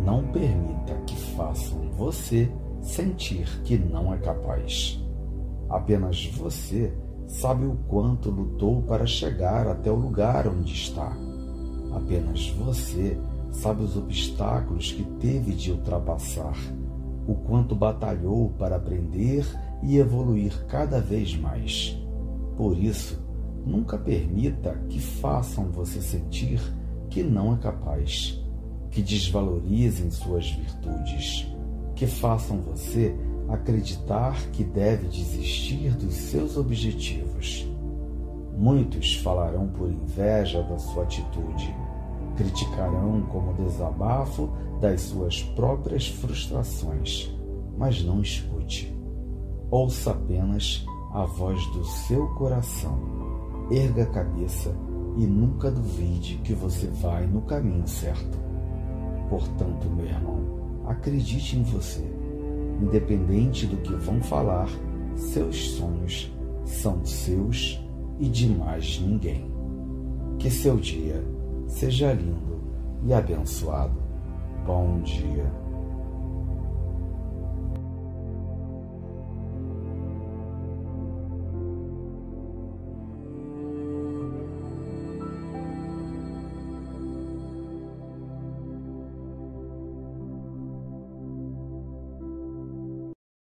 Não permita que façam você sentir que não é capaz. Apenas você sabe o quanto lutou para chegar até o lugar onde está. Apenas você sabe os obstáculos que teve de ultrapassar, o quanto batalhou para aprender e evoluir cada vez mais. Por isso, nunca permita que façam você sentir que não é capaz, que desvalorizem suas virtudes, que façam você acreditar que deve desistir dos seus objetivos. Muitos falarão por inveja da sua atitude, criticarão como desabafo das suas próprias frustrações, mas não escute. Ouça apenas a voz do seu coração. Erga a cabeça e nunca duvide que você vai no caminho certo. Portanto, meu irmão, acredite em você. Independente do que vão falar, seus sonhos são seus e de mais ninguém. Que seu dia seja lindo e abençoado. Bom dia.